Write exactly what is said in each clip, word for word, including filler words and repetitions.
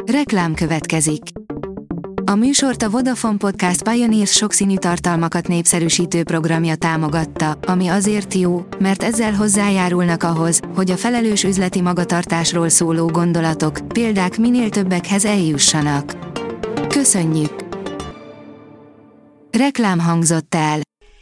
Reklám következik. A műsort a Vodafone Podcast Pioneers sokszínű tartalmakat népszerűsítő programja támogatta, ami azért jó, mert ezzel hozzájárulnak ahhoz, hogy a felelős üzleti magatartásról szóló gondolatok, példák minél többekhez eljussanak. Köszönjük! Reklám hangzott el.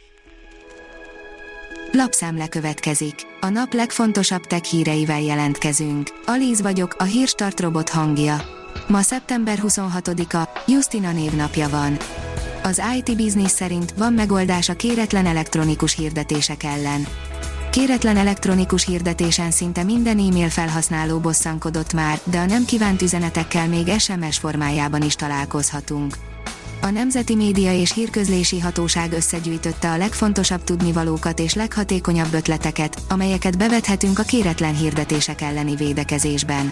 Lapszemle következik. A nap legfontosabb tech híreivel jelentkezünk. Alíz vagyok, a Hírstart robot hangja. Ma szeptember huszonhatodika, Justina névnapja van. Az i té Business szerint van megoldás a kéretlen elektronikus hirdetések ellen. Kéretlen elektronikus hirdetésen szinte minden e-mail felhasználó bosszankodott már, de a nem kívánt üzenetekkel még es em es formájában is találkozhatunk. A Nemzeti Média és Hírközlési Hatóság összegyűjtötte a legfontosabb tudnivalókat és leghatékonyabb ötleteket, amelyeket bevethetünk a kéretlen hirdetések elleni védekezésben.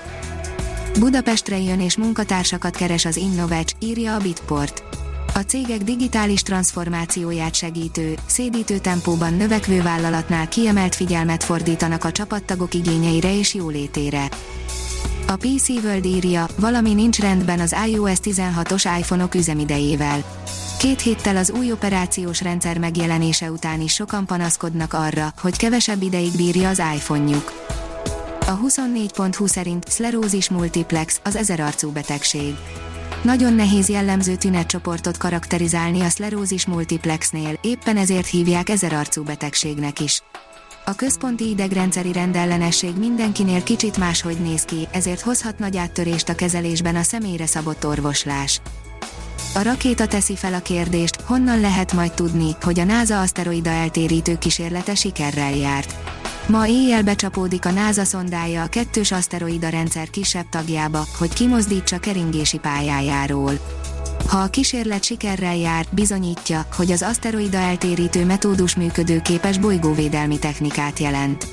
Budapestre jön és munkatársakat keres az Innovecs, írja a Bitport. A cégek digitális transformációját segítő, szédítő tempóban növekvő vállalatnál kiemelt figyelmet fordítanak a csapattagok igényeire és jólétére. A pé cé World írja, valami nincs rendben az iOS tizenhatos iPhone-ok üzemidejével. Két héttel az új operációs rendszer megjelenése után is sokan panaszkodnak arra, hogy kevesebb ideig bírja az iPhone-juk. A huszonnégy pont hu szerint szlerózis multiplex, az ezerarcú betegség. Nagyon nehéz jellemző tünetcsoportot karakterizálni a szlerózis multiplexnél, éppen ezért hívják ezerarcú betegségnek is. A központi idegrendszeri rendellenesség mindenkinél kicsit máshogy néz ki, ezért hozhat nagy áttörést a kezelésben a személyre szabott orvoslás. A rakéta teszi fel a kérdést, honnan lehet majd tudni, hogy a NASA aszteroida eltérítő kísérlete sikerrel járt. Ma éjjel becsapódik a NASA szondája a kettős aszteroida rendszer kisebb tagjába, hogy kimozdítsa keringési pályájáról. Ha a kísérlet sikerrel jár, bizonyítja, hogy az aszteroida eltérítő metódus működőképes bolygóvédelmi technikát jelent.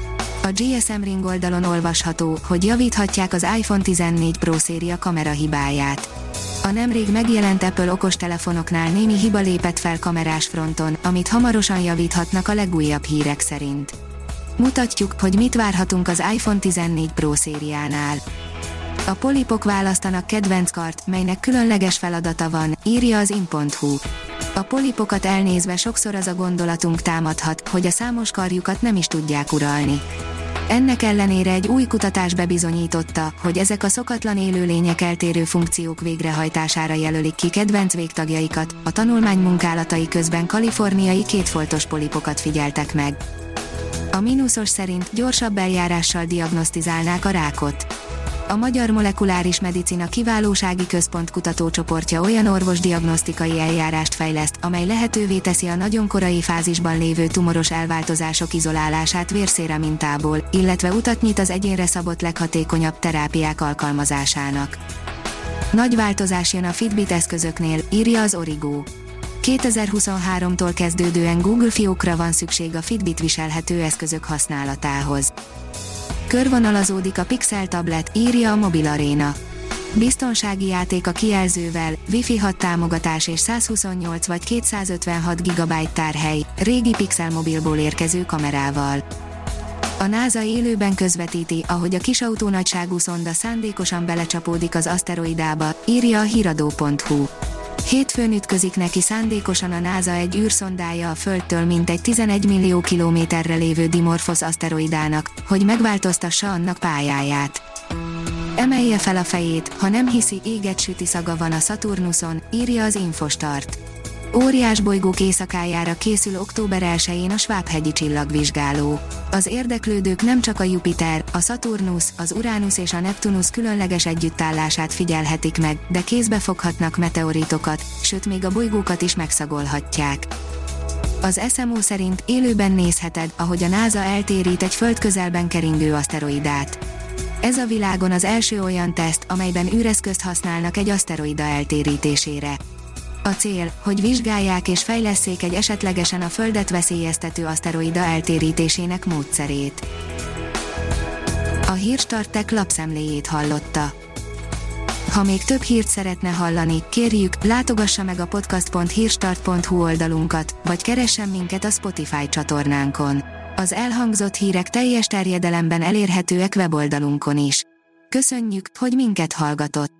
A gé es em Ring oldalon olvasható, hogy javíthatják az iPhone tizennégy Pro széria kamera hibáját. A nemrég megjelent Apple okostelefonoknál némi hiba lépett fel kamerás fronton, amit hamarosan javíthatnak a legújabb hírek szerint. Mutatjuk, hogy mit várhatunk az iPhone tizennégy Pro szériánál. A polipok választanak kedvenc kart, melynek különleges feladata van, írja az in pont hu. A polipokat elnézve sokszor az a gondolatunk támadhat, hogy a számos karjukat nem is tudják uralni. Ennek ellenére egy új kutatás bebizonyította, hogy ezek a szokatlan élőlények eltérő funkciók végrehajtására jelölik ki kedvenc végtagjaikat. A tanulmány munkálatai közben kaliforniai kétfoltos polipokat figyeltek meg. A mínuszos szerint gyorsabb eljárással diagnosztizálnák a rákot. A Magyar Molekuláris Medicina Kiválósági Központ kutatócsoportja olyan orvosdiagnosztikai eljárást fejleszt, amely lehetővé teszi a nagyon korai fázisban lévő tumoros elváltozások izolálását vérszéra mintából, illetve utat nyit az egyénre szabott leghatékonyabb terápiák alkalmazásának. Nagy változás jön a Fitbit eszközöknél, írja az Origo. kétezer-huszonháromtól kezdődően Google fiókra van szükség a Fitbit viselhető eszközök használatához. Körvonalazódik a Pixel tablet, írja a Mobil Arena. Biztonsági játék a kijelzővel, Wi-Fi hat támogatás és százhuszonnyolc vagy kétszázötvenhat gigabyte tárhely, régi Pixel mobilból érkező kamerával. A NASA élőben közvetíti, ahogy a kisautó nagyságú szonda szándékosan belecsapódik az aszteroidába, írja a híradó pont hu. Hétfőn ütközik neki szándékosan a NASA egy űrszondája a Földtől mintegy tizenegy millió kilométerre lévő Dimorphos aszteroidának, hogy megváltoztassa annak pályáját. Emelje fel a fejét, ha nem hiszi, éget süti szaga van a Szaturnuszon, írja az Infostart. Óriás bolygók éjszakájára készül október elsején a Sváb-hegyi csillagvizsgáló. Az érdeklődők nem csak a Jupiter, a Szaturnusz, az Uránusz és a Neptunusz különleges együttállását figyelhetik meg, de kézbe foghatnak meteoritokat, sőt még a bolygókat is megszagolhatják. Az es em o szerint élőben nézheted, ahogy a NASA eltérít egy földközelben keringő aszteroidát. Ez a világon az első olyan teszt, amelyben űreszközt használnak egy aszteroida eltérítésére. A cél, hogy vizsgálják és fejlesszék egy esetlegesen a Földet veszélyeztető aszteroida eltérítésének módszerét. A Hírstart Tech lapszemléjét hallotta. Ha még több hírt szeretne hallani, kérjük, látogassa meg a podcast pont hírstart pont hu oldalunkat, vagy keressen minket a Spotify csatornánkon. Az elhangzott hírek teljes terjedelemben elérhetőek weboldalunkon is. Köszönjük, hogy minket hallgatott!